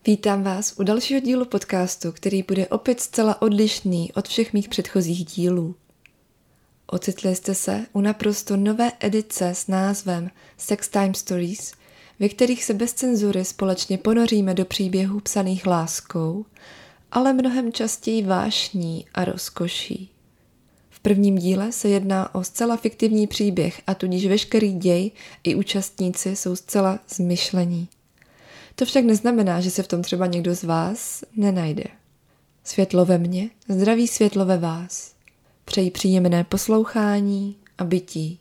Vítám vás u dalšího dílu podcastu, který bude opět zcela odlišný od všech mých předchozích dílů. Ocitli jste se u naprosto nové edice s názvem Sex Time Stories, ve kterých se bez cenzury společně ponoříme do příběhů psaných láskou, ale mnohem častěji vášní a rozkoší. V prvním díle se jedná o zcela fiktivní příběh a tudíž veškerý děj i účastníci jsou zcela zmyšlení. To však neznamená, že se v tom třeba někdo z vás nenajde. Světlo ve mně, zdraví světlo ve vás. Přeji příjemné poslouchání a bytí.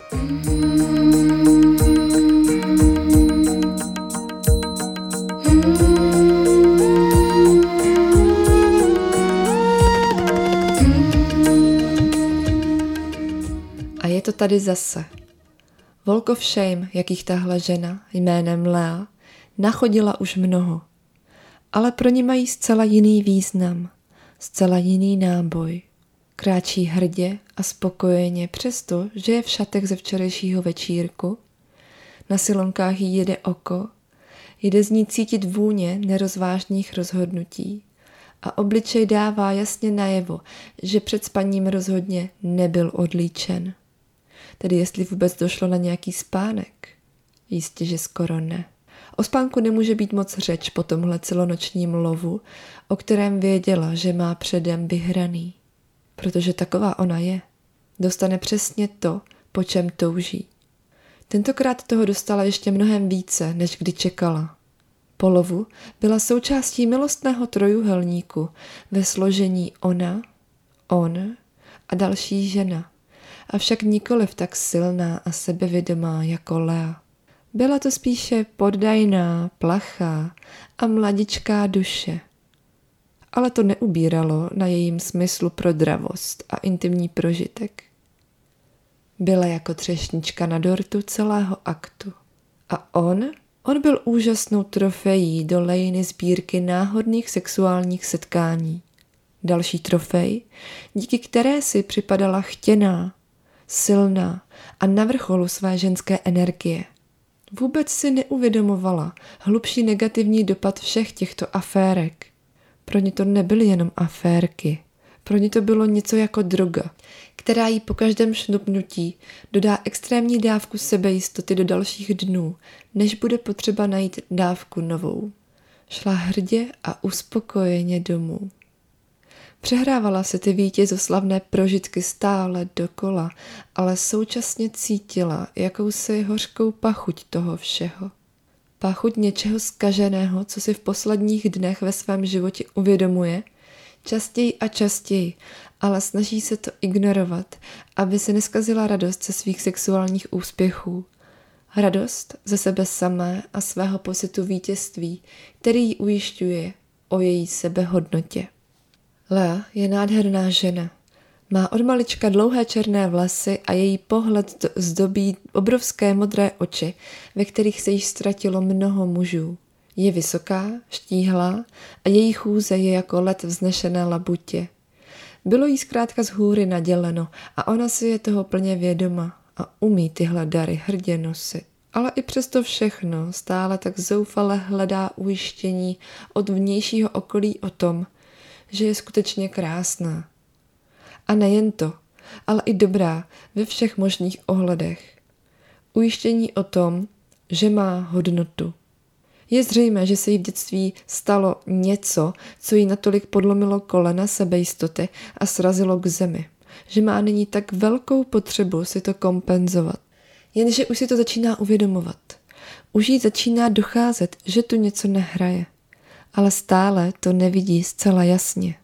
A je to tady zase. Walk of shame, jakých tahle žena jménem Lea nachodila už mnoho, ale pro ně mají zcela jiný význam, zcela jiný náboj. Kráčí hrdě a spokojeně přesto, že je v šatech ze včerejšího večírku, na silonkách jí jede oko, jde z ní cítit vůně nerozvážných rozhodnutí a obličej dává jasně najevo, že před spaním rozhodně nebyl odlíčen. Tedy jestli vůbec došlo na nějaký spánek? Jistě, že skoro ne. O spánku nemůže být moc řeč po tomhle celonočním lovu, o kterém věděla, že má předem vyhraný. Protože taková ona je. Dostane přesně to, po čem touží. Tentokrát toho dostala ještě mnohem více, než kdy čekala. Po lovu byla součástí milostného trojuhelníku ve složení ona, on a další žena, avšak nikoliv tak silná a sebevědomá jako Lea. Byla to spíše poddajná, plachá a mladičká duše. Ale to neubíralo na jejím smyslu pro dravost a intimní prožitek. Byla jako třešnička na dortu celého aktu. A on byl úžasnou trofejí do Leiny sbírky náhodných sexuálních setkání. Další trofej, díky které si připadala chtěná, silná a na vrcholu své ženské energie. Vůbec si neuvědomovala hlubší negativní dopad všech těchto aférek. Pro ní to nebyly jenom aférky. Pro ní to bylo něco jako droga, která jí po každém šnupnutí dodá extrémní dávku sebejistoty do dalších dnů, než bude potřeba najít dávku novou. Šla hrdě a uspokojeně domů. Přehrávala se ty vítězoslavné prožitky stále dokola, ale současně cítila jakousi hořkou pachuť toho všeho. Pachuť něčeho zkaženého, co si v posledních dnech ve svém životě uvědomuje, častěji a častěji, ale snaží se to ignorovat, aby se neskazila radost ze svých sexuálních úspěchů. Radost ze sebe samé a svého pocitu vítězství, který ji ujišťuje o její sebehodnotě. Lea je nádherná žena. Má od malička dlouhé černé vlasy a její pohled zdobí obrovské modré oči, ve kterých se již ztratilo mnoho mužů. Je vysoká, štíhlá a její chůze je jako led vznešené labutě. Bylo jí zkrátka z hůry naděleno a ona si je toho plně vědoma a umí tyhle dary hrdě nosit. Ale i přesto všechno stále tak zoufale hledá ujištění od vnějšího okolí o tom, že je skutečně krásná. A nejen to, ale i dobrá ve všech možných ohledech. Ujištění o tom, že má hodnotu. Je zřejmé, že se jí v dětství stalo něco, co jí natolik podlomilo kolena sebejistoty a srazilo k zemi, že má nyní tak velkou potřebu si to kompenzovat. Jenže už si to začíná uvědomovat. Už jí začíná docházet, že tu něco nehraje. Ale stále to nevidí zcela jasně.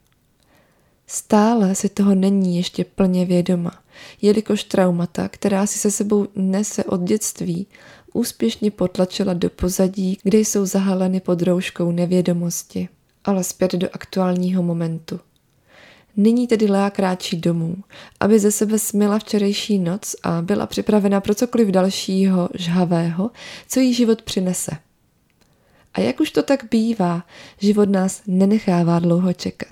Stále si toho není ještě plně vědoma, jelikož traumata, která si se sebou nese od dětství, úspěšně potlačila do pozadí, kde jsou zahaleny pod rouškou nevědomosti, ale zpět do aktuálního momentu. Nyní tedy Lea kráčí domů, aby ze sebe smyla včerejší noc a byla připravena pro cokoliv dalšího žhavého, co jí život přinese. A jak už to tak bývá, život nás nenechává dlouho čekat.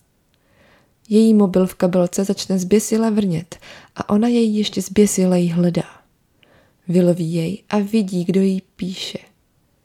Její mobil v kabelce začne zběsile vrnět a ona jej ještě zběsileji hledá. Vyloví jej a vidí, kdo jí píše.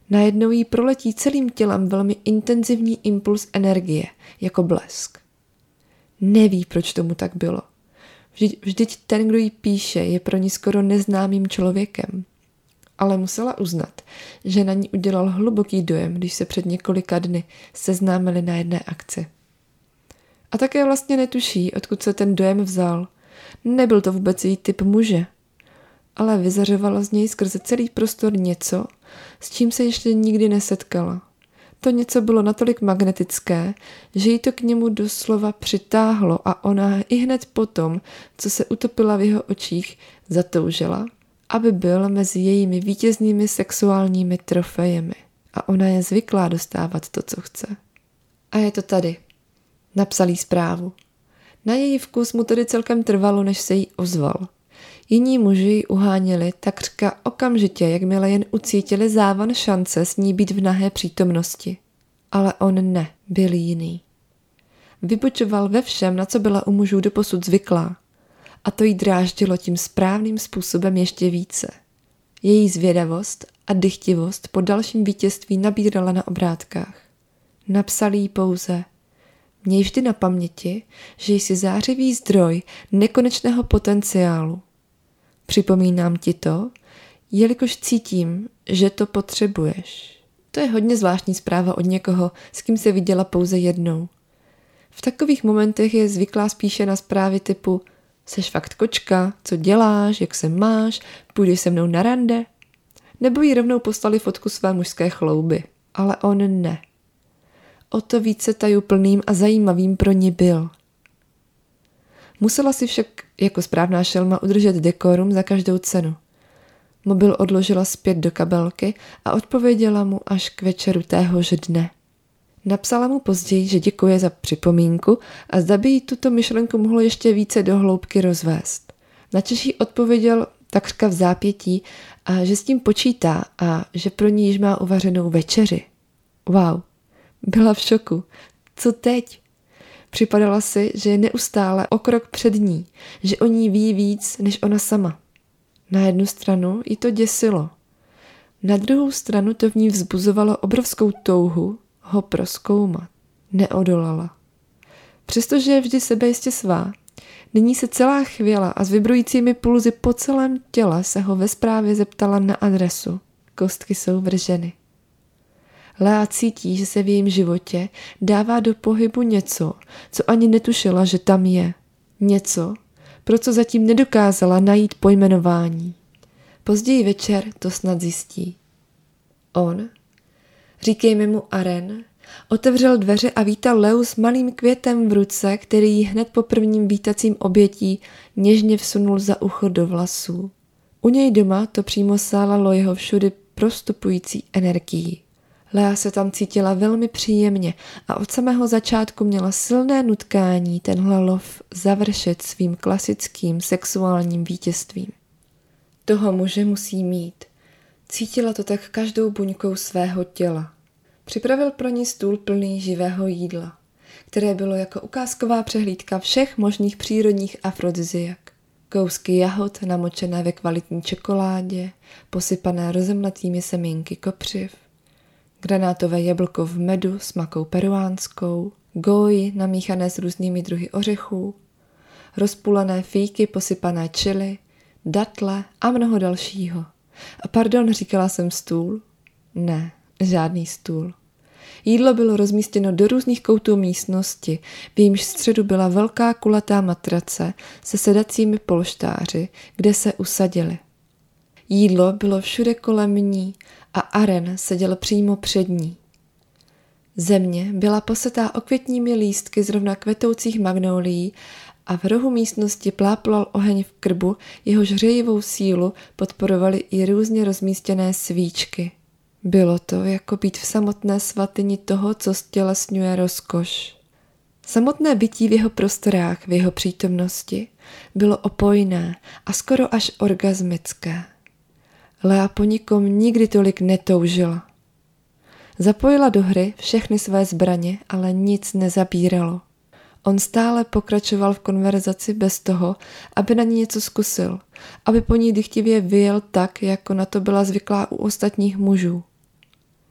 Najednou jí proletí celým tělem velmi intenzivní impuls energie, jako blesk. Neví, proč tomu tak bylo. Vždyť ten, kdo jí píše, je pro ní skoro neznámým člověkem. Ale musela uznat, že na ní udělal hluboký dojem, když se před několika dny seznámili na jedné akci. A také vlastně netuší, odkud se ten dojem vzal. Nebyl to vůbec její typ muže, ale vyzařovalo z něj skrze celý prostor něco, s čím se ještě nikdy nesetkala. To něco bylo natolik magnetické, že jí to k němu doslova přitáhlo a ona i hned potom, co se utopila v jeho očích, zatoužila, aby byl mezi jejími vítěznými sexuálními trofejemi. A ona je zvyklá dostávat to, co chce. A je to tady. Napsal jí zprávu. Na její vkus mu tedy celkem trvalo, než se jí ozval. Jiní muži ji uháněli takřka okamžitě, jakmile jen ucítili závan šance s ní být v nahé přítomnosti. Ale on ne, byl jiný. Vybočoval ve všem, na co byla u mužů doposud zvyklá. A to jí dráždilo tím správným způsobem ještě více. Její zvědavost a dychtivost po dalším vítězství nabírala na obrátkách. Napsal jí pouze: měj vždy na paměti, že jsi zářivý zdroj nekonečného potenciálu. Připomínám ti to, jelikož cítím, že to potřebuješ. To je hodně zvláštní zpráva od někoho, s kým se viděla pouze jednou. V takových momentech je zvyklá spíše na zprávy typu: seš fakt kočka, co děláš, jak se máš, půjdeš se mnou na rande? Nebo jí rovnou poslali fotku své mužské chlouby. Ale on ne. O to více tajuplným a zajímavým pro ní byl. Musela si však jako správná šelma udržet dekorum za každou cenu. Mobil odložila zpět do kabelky a odpověděla mu až k večeru téhož dne. Napsala mu později, že děkuje za připomínku a zda by jí tuto myšlenku mohlo ještě více do hloubky rozvést. Načež jí odpověděl takřka v zápětí, a že s tím počítá a že pro ní již má uvařenou večeři. Wow, byla v šoku. Co teď? Připadala si, že je neustále o krok před ní, že o ní ví víc než ona sama. Na jednu stranu jí to děsilo. Na druhou stranu to v ní vzbuzovalo obrovskou touhu ho prozkoumat. Neodolala. Přestože je vždy sebejistě svá, nyní se celá chvěla a s vibrujícími pulzy po celém těle se ho ve zprávě zeptala na adresu. Kostky jsou vrženy. Lea cítí, že se v jejím životě dává do pohybu něco, co ani netušila, že tam je. Něco, pro co zatím nedokázala najít pojmenování. Později večer to snad zjistí. On, říkejme mu Aren, otevřel dveře a vítal Leu s malým květem v ruce, který jí hned po prvním vítacím obětí něžně vsunul za ucho do vlasů. U něj doma to přímo sálalo jeho všudy prostupující energií. Lea se tam cítila velmi příjemně a od samého začátku měla silné nutkání tenhle lov završit svým klasickým sexuálním vítězstvím. Toho muže musí mít. Cítila to tak každou buňkou svého těla. Připravil pro ní stůl plný živého jídla, které bylo jako ukázková přehlídka všech možných přírodních afrodiziak. Kousky jahod namočené ve kvalitní čokoládě, posypané rozemletými semínky kopřiv, granátové jablko v medu s makou peruánskou, góji namíchané s různými druhy ořechů, rozpůlené fíky posypané chili, datle a mnoho dalšího. A pardon, říkala jsem stůl? Ne, žádný stůl. Jídlo bylo rozmístěno do různých koutů místnosti, v jejímž středu byla velká kulatá matrace se sedacími polštáři, kde se usadili. Jídlo bylo všude kolem ní a Aren seděl přímo před ní. Země byla posetá okvětními lístky zrovna kvetoucích magnolií a v rohu místnosti pláplal oheň v krbu, jehož hřejivou sílu podporovaly i různě rozmístěné svíčky. Bylo to jako být v samotné svatyni toho, co stělesňuje rozkoš. Samotné bytí v jeho prostorách, v jeho přítomnosti, bylo opojné a skoro až orgasmické. Lea po nikom nikdy tolik netoužila. Zapojila do hry všechny své zbraně, ale nic nezabíralo. On stále pokračoval v konverzaci bez toho, aby na ní něco zkusil, aby po ní dychtivě vyjel tak, jako na to byla zvyklá u ostatních mužů.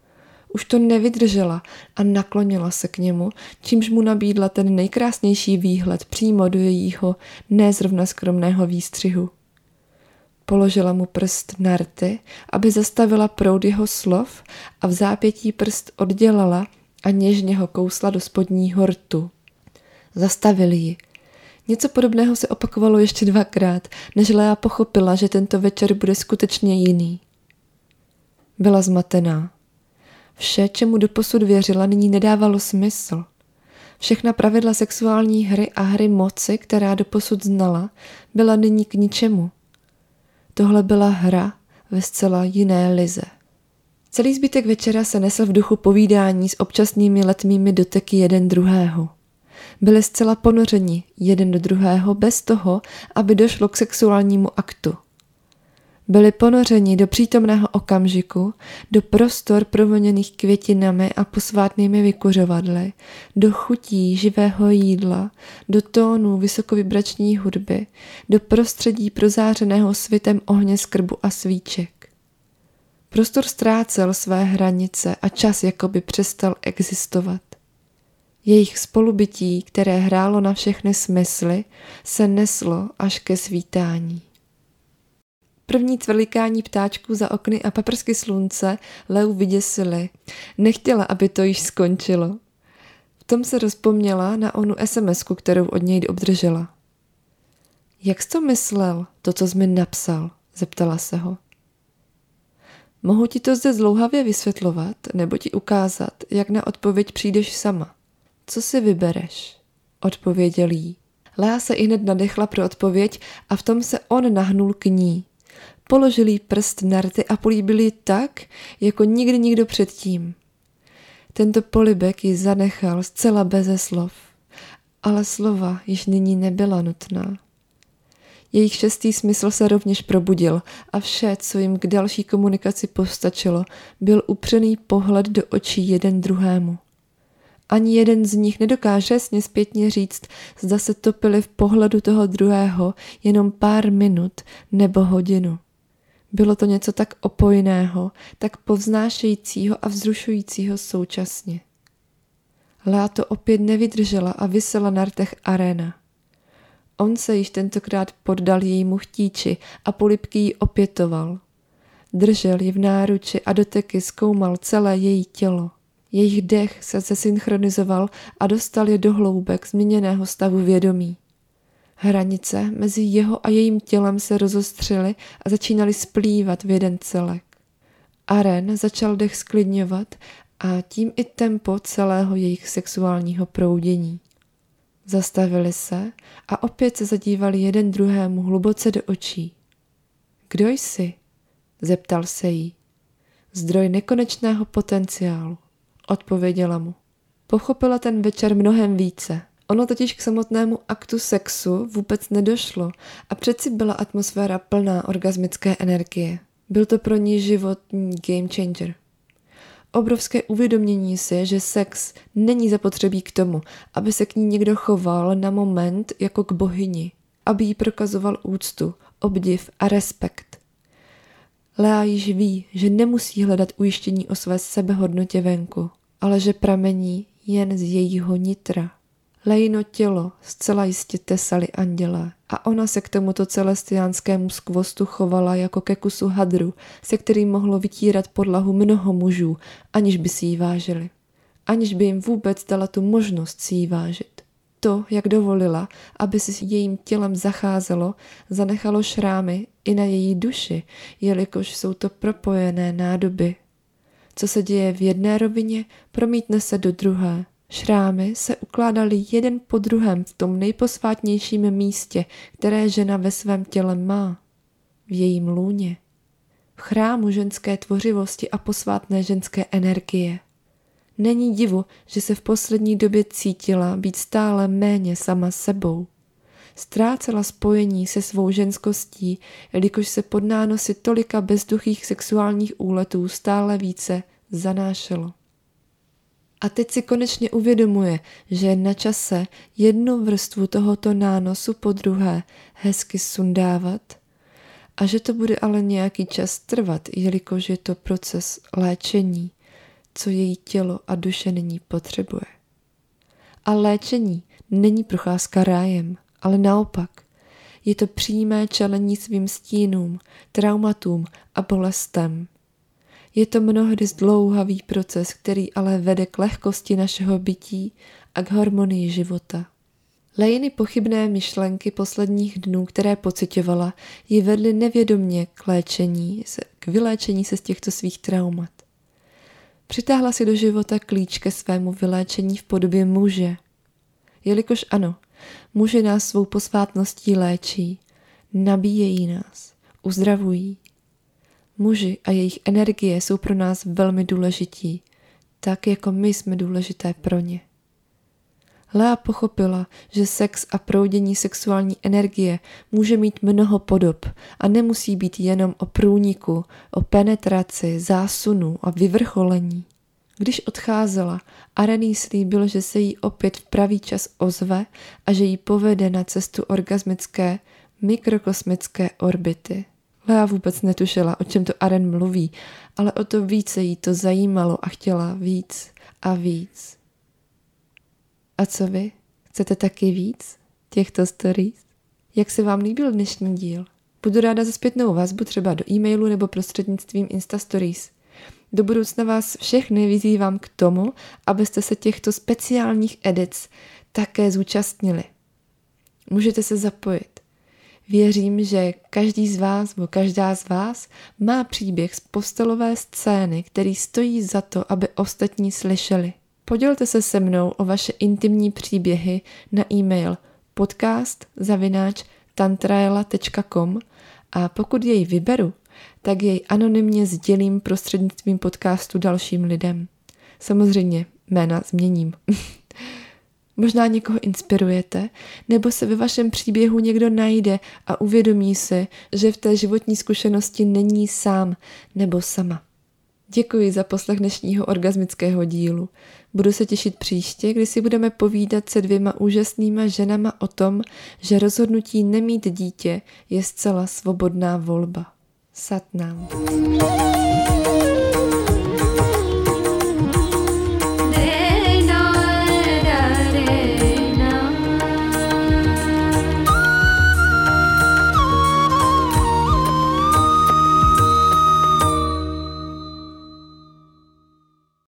Už to nevydržela a naklonila se k němu, čímž mu nabídla ten nejkrásnější výhled přímo do jejího nezrovna skromného výstřihu. Položila mu prst na rty, aby zastavila proud jeho slov a v zápětí prst oddělala a něžně ho kousla do spodního rtu. Zastavili ji. Něco podobného se opakovalo ještě 2krát, než Lea pochopila, že tento večer bude skutečně jiný. Byla zmatená. Vše, čemu doposud věřila, nyní nedávalo smysl. Všechna pravidla sexuální hry a hry moci, která doposud znala, byla nyní k ničemu. Tohle byla hra ve zcela jiné lize. Celý zbytek večera se nesl v duchu povídání s občasnými letmými doteky jeden druhého. Byli zcela ponořeni jeden do druhého bez toho, aby došlo k sexuálnímu aktu. Byli ponořeni do přítomného okamžiku, do prostor provoněných květinami a posvátnými vykuřovadly, do chutí živého jídla, do tónů vysokovibrační hudby, do prostředí prozářeného svitem ohně skrbu a svíček. Prostor ztrácel své hranice a čas jakoby přestal existovat. Jejich spolubytí, které hrálo na všechny smysly, se neslo až ke svítání. První cvrlikání ptáčků za okny a paprsky slunce Leu vyděsily. Nechtěla, aby to již skončilo. V tom se rozpomněla na onu SMS-ku, kterou od něj obdržela. Jak jsi to myslel, to, co jsi mi napsal? Zeptala se ho. Mohu ti to zde zdlouhavě vysvětlovat, nebo ti ukázat, jak na odpověď přijdeš sama. Co si vybereš? Odpověděl jí. Lea se ihned nadechla pro odpověď a v tom se on nahnul k ní. Položil jí prst na rty a políbil ji tak, jako nikdy nikdo předtím. Tento polibek ji zanechal zcela beze slov, ale slova již nyní nebyla nutná. Jejich šestý smysl se rovněž probudil a vše, co jim k další komunikaci postačilo, byl upřený pohled do očí jeden druhému. Ani jeden z nich nedokáže jasně zpětně říct, zda se topili v pohledu toho druhého jenom pár minut nebo hodinu. Bylo to něco tak opojného, tak povznášejícího a vzrušujícího současně. Lea to opět nevydržela a visela na rtech Arena. On se již tentokrát poddal jejímu chtíči a polibky jí opětoval. Držel ji v náruči a doteky zkoumal celé její tělo. Jejich dech se zesynchronizoval a dostal je do hloubek změněného stavu vědomí. Hranice mezi jeho a jejím tělem se rozostřily a začínaly splývat v jeden celek. Aren začal dech sklidňovat a tím i tempo celého jejich sexuálního proudění. Zastavili se a opět se zadívali jeden druhému hluboce do očí. Kdo jsi? Zeptal se jí. Zdroj nekonečného potenciálu, odpověděla mu. Pochopila ten večer mnohem více. Ono totiž k samotnému aktu sexu vůbec nedošlo a přeci byla atmosféra plná orgasmické energie. Byl to pro ní životní game changer. Obrovské uvědomění si, že sex není zapotřebí k tomu, aby se k ní někdo choval na moment jako k bohyni, aby jí prokazoval úctu, obdiv a respekt. Lea již ví, že nemusí hledat ujištění o své sebehodnotě venku, ale že pramení jen z jejího nitra. Leino tělo zcela jistě tesali andělé a ona se k tomuto celestiánskému skvostu chovala jako ke kusu hadru, se kterým mohlo vytírat podlahu mnoho mužů, aniž by si ji vážili. Aniž by jim vůbec dala tu možnost si ji vážit. To, jak dovolila, aby si s jejím tělem zacházelo, zanechalo šrámy i na její duši, jelikož jsou to propojené nádoby. Co se děje v jedné rovině, promítne se do druhé. Šrámy se ukládaly jeden po druhém v tom nejposvátnějším místě, které žena ve svém těle má. V jejím lůně. V chrámu ženské tvořivosti a posvátné ženské energie. Není divu, že se v poslední době cítila být stále méně sama sebou. Ztrácela spojení se svou ženskostí, jelikož se pod nánosy tolika bezduchých sexuálních úletů stále více zanášelo. A teď si konečně uvědomuje, že je na čase jednu vrstvu tohoto nánosu po druhé hezky sundávat a že to bude ale nějaký čas trvat, jelikož je to proces léčení. co její tělo a duše nyní potřebuje. A léčení není procházka rájem, ale naopak. Je to přímé čelení svým stínům, traumatům a bolestem. Je to mnohdy zdlouhavý proces, který ale vede k lehkosti našeho bytí a k harmonii života. Leiny pochybné myšlenky posledních dnů, které pociťovala, ji vedly nevědomě k vyléčení se z těchto svých traumat. Přitáhla si do života klíč ke svému vyléčení v podobě muže. Jelikož ano, muži nás svou posvátností léčí, nabíjejí nás, uzdravují. Muži a jejich energie jsou pro nás velmi důležití, tak jako my jsme důležité pro ně. Lea pochopila, že sex a proudění sexuální energie může mít mnoho podob a nemusí být jenom o průniku, o penetraci, zásunu a vyvrcholení. Když odcházela, Aren jí slíbil, že se jí opět v pravý čas ozve a že jí povede na cestu orgasmické, mikrokosmické orbity. Lea vůbec netušila, o čem to Aren mluví, ale o to více jí to zajímalo a chtěla víc a víc. A co vy? Chcete taky víc těchto stories? Jak se vám líbil dnešní díl? Budu ráda za zpětnou vazbu třeba do e-mailu nebo prostřednictvím Insta Stories. Do budoucna vás všechny vyzývám k tomu, abyste se těchto speciálních edic také zúčastnili. Můžete se zapojit. Věřím, že každý z vás nebo každá z vás má příběh z postelové scény, který stojí za to, aby ostatní slyšeli. Podělte se se mnou o vaše intimní příběhy na e-mail podcast@tantraela.com a pokud jej vyberu, tak jej anonymně sdělím prostřednictvím podcastu dalším lidem. Samozřejmě jména změním. Možná někoho inspirujete, nebo se ve vašem příběhu někdo najde a uvědomí si, že v té životní zkušenosti není sám nebo sama. Děkuji za poslech dnešního orgasmického dílu. Budu se těšit příště, kdy si budeme povídat se 2 úžasnýma ženama o tom, že rozhodnutí nemít dítě je zcela svobodná volba. Sat Nam.